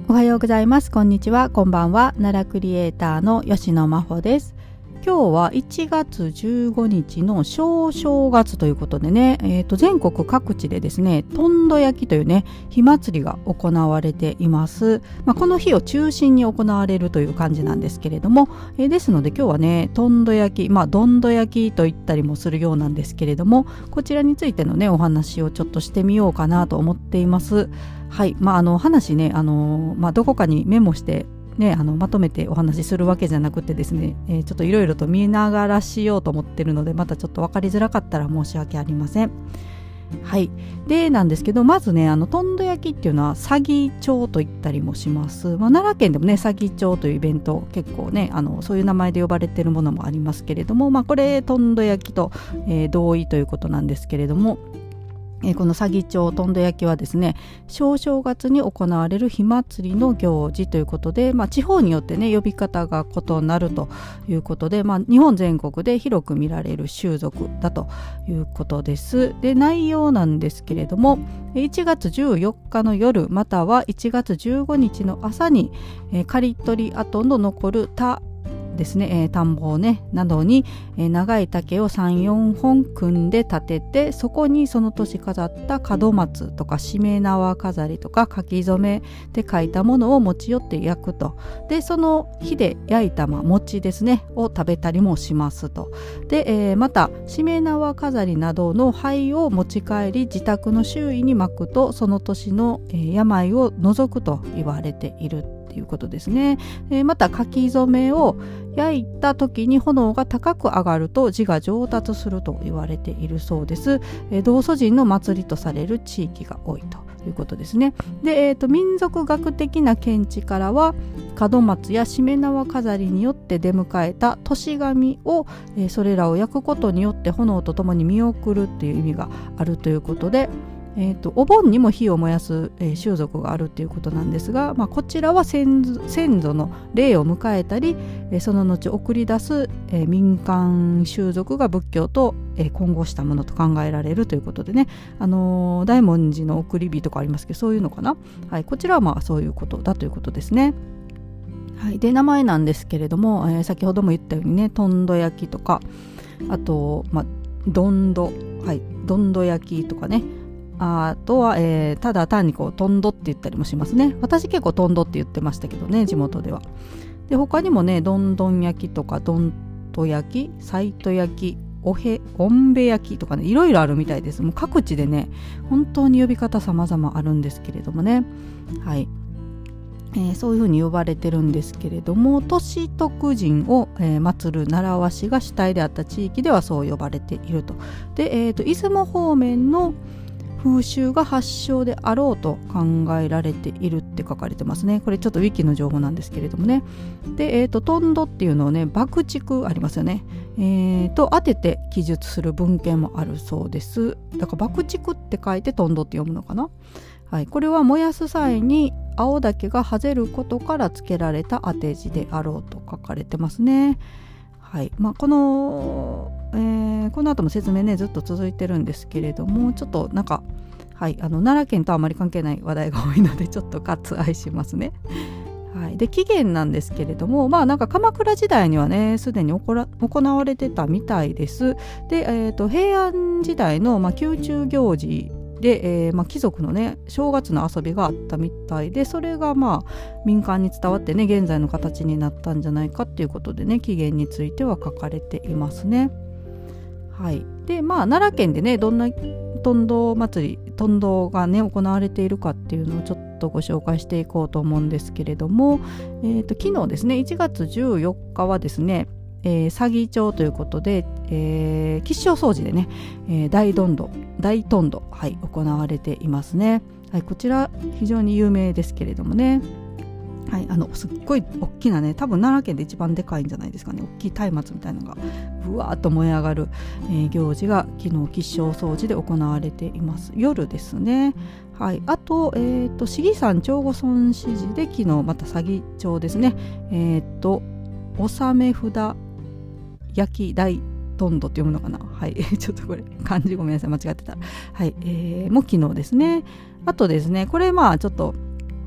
おはようございます。こんにちは。こんばんは。奈良クリエイターの吉野真帆です。今日は1月15日の小正月ということでね、全国各地でですね、とんど焼きというね、火祭りが行われています。この日を中心に行われるという感じなんですけれども、ですので今日はね、とんど焼き、どんど焼きと言ったりもするようなんですけれども、こちらについてのね、お話をちょっとしてみようかなと思っています。はい、話ね、どこかにメモしてね、まとめてお話しするわけじゃなくてですね、ちょっといろいろと見ながらしようと思ってるので、またちょっと分かりづらかったら申し訳ありません。はい。で、なんですけど、まずね、とんど焼きっていうのは、左義町と言ったりもします。奈良県でもね、左義町というイベント、結構ね、そういう名前で呼ばれているものもありますけれども、これ、とんど焼きと、同意ということなんですけれども、この左義町とんど焼きはですね、小正月に行われる火祭りの行事ということで、地方によってね呼び方が異なるということで、日本全国で広く見られる習俗だということです。で、内容なんですけれども、1月14日の夜または1月15日の朝に、刈り取り跡の残る田ですね、田んぼねなどに、長い竹を 3,4 本組んで立てて、そこにその年飾った門松とかしめ縄飾りとか書き初めで書いたものを持ち寄って焼くと。で、その火で焼いた餅ですねを食べたりもしますと。で、またしめ縄飾りなどの灰を持ち帰り自宅の周囲に撒くと、その年の、病を除くと言われているということですね。また書き初めを焼いた時に炎が高く上がると字が上達すると言われているそうです。道祖神の祭りとされる地域が多いということですね。で、民族学的な見地からは、門松やしめ縄飾りによって出迎えた年神を、それらを焼くことによって炎とともに見送るっていう意味があるということで、お盆にも火を燃やす、習俗があるということなんですが、こちらは先祖の霊を迎えたり、その後送り出す、民間習俗が仏教と、混合したものと考えられるということでね、大文字の送り火とかありますけど、そういうのかな。はい、こちらはそういうことだということですね。はい、で、名前なんですけれども、先ほども言ったようにね、とんど焼きとか、あと、どんど焼きとかね、あとは、ただ単にとんどって言ったりもしますね。私結構とんどって言ってましたけどね、地元では。で、他にもね、どんどん焼きとかどんと焼き、さいと焼き、おんべ焼きとかね、いろいろあるみたいです。もう各地でね、本当に呼び方様々あるんですけれどもね。はい。そういうふうに呼ばれてるんですけれども、歳徳神を、祀る習わしが主体であった地域ではそう呼ばれていると。で、出雲方面の風習が発祥であろうと考えられているって書かれてますね。これちょっとウィキの情報なんですけれどもね。で、とんどっていうのをね、爆竹ありますよね。と当てて記述する文献もあるそうです。だから爆竹って書いてとんどって読むのかな。はい、これは燃やす際に青竹がはぜることから付けられた当て字であろうと書かれてますね。はい、この後も説明ねずっと続いてるんですけれども、ちょっとはい、奈良県とあまり関係ない話題が多いのでちょっと割愛しますね。はい、で、起源なんですけれども、鎌倉時代にはねすでに行われてたみたいです。で、平安時代の、宮中行事で、貴族のね正月の遊びがあったみたいで、それが民間に伝わってね現在の形になったんじゃないかっていうことでね、起源については書かれていますね。はい。で、奈良県でねどんなとんど祭り、とんどがね行われているかっていうのをちょっとご紹介していこうと思うんですけれども、昨日ですね1月14日はですね、左義町ということで、吉祥掃除でね、大とんど、はい、行われていますね。はい、こちら非常に有名ですけれどもね、はい、すっごい大きなね、多分奈良県で一番でかいんじゃないですかね、大きい松明みたいなのがぶわーっと燃え上がる、行事が昨日吉祥掃除で行われています。夜ですね。はい、あと、市議山長後村指示で昨日また左義町ですね、納め札焼き大とんどって読むのかな。はい、ちょっとこれ漢字ごめんなさい、間違ってた。はい、もう昨日ですね。あとですね、これちょっと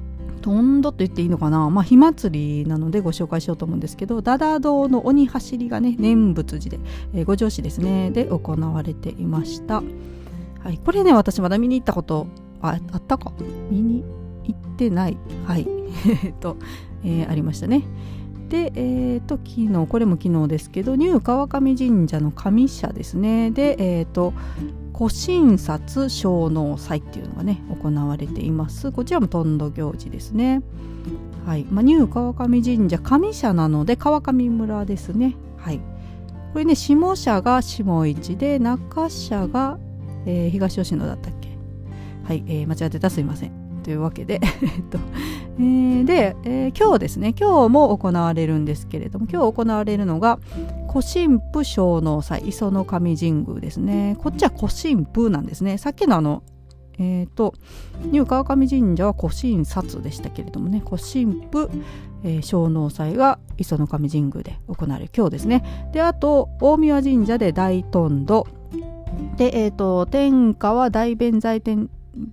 とんどと言っていいのかな、火祭りなのでご紹介しようと思うんですけど、ダダ堂の鬼走りがね、念仏寺で、五条市ですねで行われていました。はい、これね、私まだ見に行ったことあったか、見に行ってない、はいありましたね。で、昨日、これも昨日ですけど、ニュー川上神社の上社ですねで、古神札小納祭っていうのがね行われています。こちらもとんど行事ですね。はい、ニュー川上神社上社なので川上村ですね。はい、これね、下社が下市で中社が、東吉野だったっけ。はい、間違ってた、すいません。というわけでで、今日ですね、今日も行われるんですけれども、今日行われるのが古神父小納祭磯の神神宮ですね。こっちは古神父なんですね。さっきのニュー川上神社は古神札でしたけれどもね、古神父、小納祭が磯の神神宮で行われる今日ですね。で、あと大宮神社で大遁土で、天下は大弁財天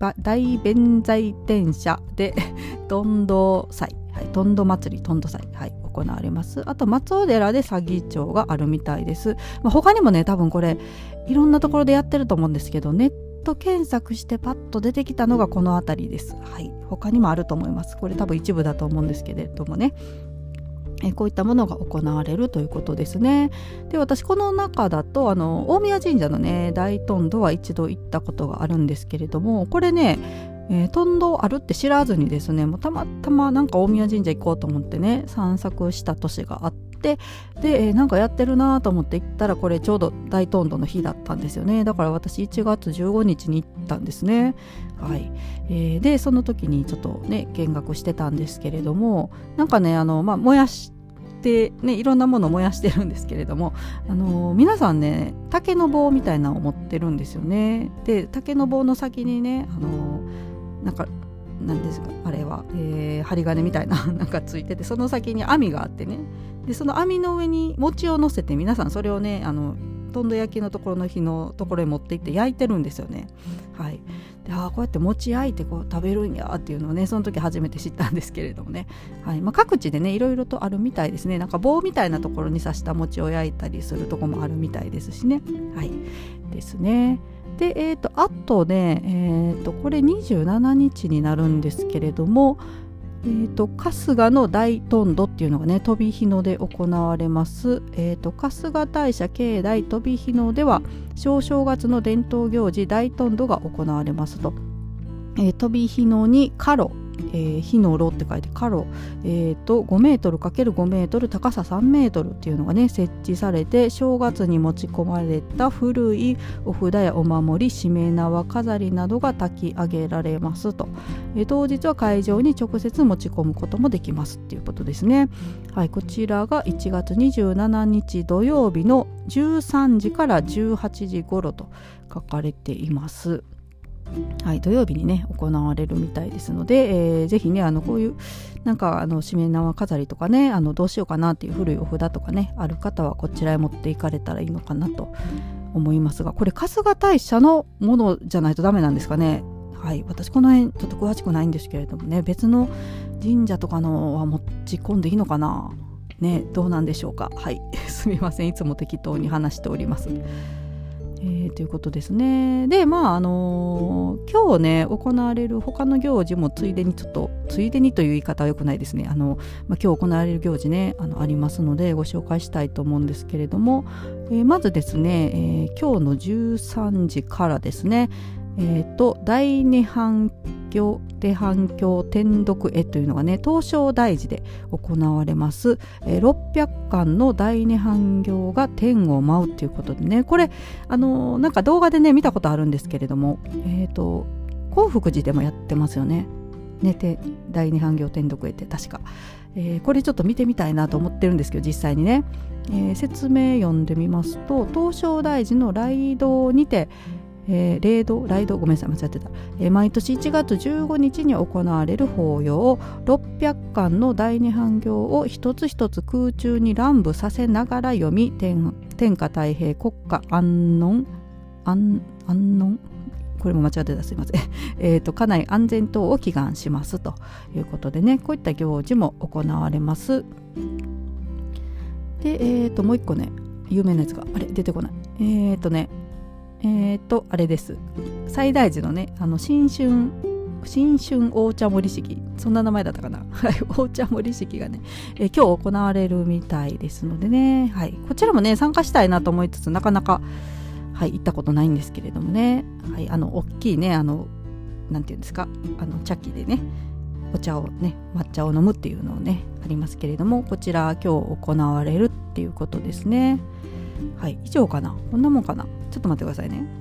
社でとんど祭、はい、とんど祭りとんど祭、はい、行われます。あと松尾寺で詐欺町があるみたいです。他にもね、多分これいろんなところでやってると思うんですけど、ネット検索してパッと出てきたのがこの辺りです。はい、他にもあると思います。これ多分一部だと思うんですけれどもね、こういったものが行われるということですね。で、私この中だと大宮神社のね大遁土は一度行ったことがあるんですけれども、これね、遁土あるって知らずにですね、もうたまたまなんか大宮神社行こうと思ってね散策した年があって、で、なんかやってるなと思って行ったら、これちょうど大遁土の日だったんですよね。だから私1月15日に行ったんですね。はい、でその時にちょっとね見学してたんですけれども、なんかね燃やしてね、いろんなものを燃やしてるんですけれども、皆さんね竹の棒みたいなのを持ってるんですよね。で、竹の棒の先にねなんかなんですかあれは、針金みたいななんかついてて、その先に網があってね、でその網の上に餅を乗せて、皆さんそれをねとんど焼きのところの火のところへ持って行って焼いてるんですよね。はい、でこうやって餅焼いてこう食べるんやっていうのをね、その時初めて知ったんですけれどもね、はい、各地でねいろいろとあるみたいですね。なんか棒みたいなところに刺した餅を焼いたりするところもあるみたいですしね。はいですね。で、あとね、これ27日になるんですけれども、春日の大遁土っていうのがね飛び火ので行われます。春日大社境内飛び火のでは小正月の伝統行事大遁土が行われますと、飛び火のに火炉、火の炉って書いて火炉、5メートル ×5 メートル高さ3メートルっていうのがね設置されて、正月に持ち込まれた古いお札やお守り、しめ縄飾りなどが炊き上げられますと、当日は会場に直接持ち込むこともできますっていうことですね。はい、こちらが1月27日土曜日の13時から18時頃と書かれています。はい、土曜日にね行われるみたいですので、ぜひねこういうなんかしめ縄飾りとかねどうしようかなっていう古いお札とかねある方はこちらへ持っていかれたらいいのかなと思いますが、これ春日大社のものじゃないとダメなんですかね。はい、私この辺ちょっと詳しくないんですけれどもね、別の神社とかのは持ち込んでいいのかなね、どうなんでしょうか。はいすみません、いつも適当に話しております。ということですね。で今日ね行われる他の行事もついでにという言い方は良くないですね。今日行われる行事ねありますのでご紹介したいと思うんですけれども、まずですね、今日の13時からですね、大涅槃経天読絵というのがね東照大寺で行われます。600巻の大涅槃経が天を舞うということでね、これなんか動画でね見たことあるんですけれども、興福寺でもやってますよね。大涅槃経天読絵って確か、これちょっと見てみたいなと思ってるんですけど、実際にね、説明読んでみますと、東照大寺の雷道にて雷道ごめんなさい間違ってた、毎年1月15日に行われる法要、600巻の大涅槃経を一つ一つ空中に乱舞させながら読み、天下太平国家安穏これも間違ってたらすいません家内安全等を祈願しますということでね、こういった行事も行われます。でもう一個ね有名なやつが出てこない。あれです、西大寺のね新春大茶盛式、そんな名前だったかな大茶盛式がね、今日行われるみたいですのでね、はい、こちらもね参加したいなと思いつつなかなか、はい、行ったことないんですけれどもね、はい、大きいねなんていうんですか茶器でねお茶をね抹茶を飲むっていうのをねありますけれども、こちら今日行われるっていうことですね。はい、以上かな、こんなもんかな、ちょっと待ってくださいね。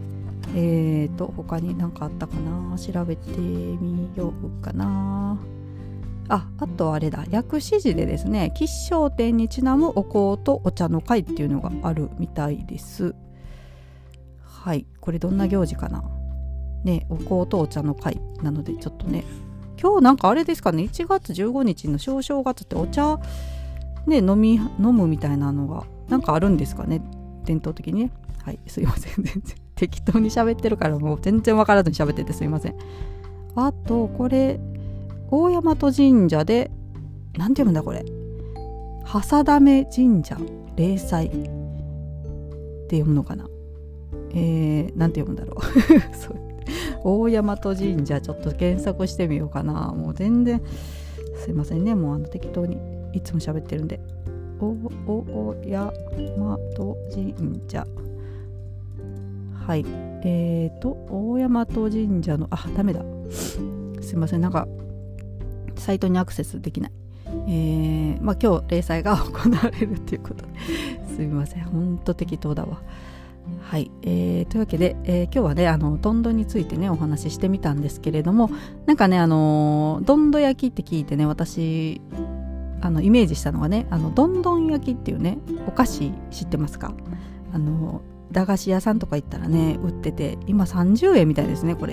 他に何かあったかな、調べてみようかな。あとあれだ、薬師寺でですね吉祥天にちなむお香とお茶の会っていうのがあるみたいです。はい、これどんな行事かなね、お香とお茶の会なのでちょっとね、今日なんかあれですかね、1月15日の小正月ってお茶ね飲むみたいなのがなんかあるんですかね、伝統的にね。はい、すいません、全然適当に喋ってるからもう全然わからずに喋っててすいません。あとこれ大大和神社でなんて読むんだこれ、挟溜神社例祭って読むのかな、なんて読むんだろうそう大大和神社ちょっと検索してみようかな。もう全然すいませんね、もう適当にいつも喋ってるんで。大大和神社、はい、大大和神社のダメだ、すいません、なんかサイトにアクセスできない。今日例祭が行われるっていうことですいません、ほんと適当だわ。はい、というわけで、今日はねどんどんについてねお話ししてみたんですけれども、なんかねどんど焼きって聞いてね、私イメージしたのがねどんどん焼きっていうねお菓子知ってますか？駄菓子屋さんとか行ったらね売ってて、今30円みたいですね。これ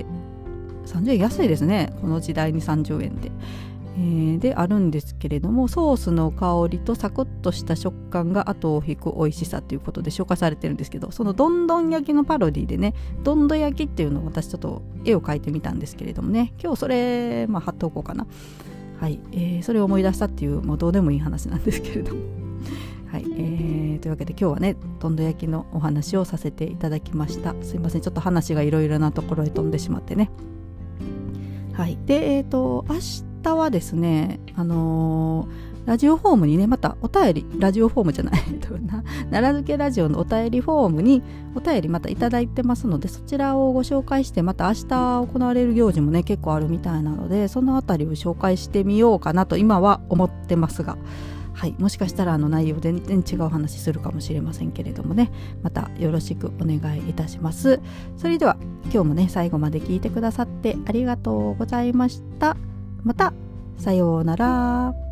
30円安いですね、この時代に30円で。であるんですけれども、ソースの香りとサクッとした食感が後を引く美味しさということで紹介されてるんですけど、そのどんどん焼きのパロディでねどんどん焼きっていうのを私ちょっと絵を描いてみたんですけれどもね、今日それ貼っておこうかな。はい、それを思い出したっていうもうどうでもいい話なんですけれどもはい、というわけで今日はねどんどん焼きのお話をさせていただきました。すいません、ちょっと話がいろいろなところへ飛んでしまってね。はい、で明日はですねラジオフォームにねまたお便り、ラジオフォームじゃない奈良漬けラジオのお便りフォームにお便りまたいただいてますので、そちらをご紹介して、また明日行われる行事もね結構あるみたいなので、そのあたりを紹介してみようかなと今は思ってますが、はい、もしかしたら内容全然違う話するかもしれませんけれどもね、またよろしくお願いいたします。それでは今日もね最後まで聞いてくださってありがとうございました。またさようなら。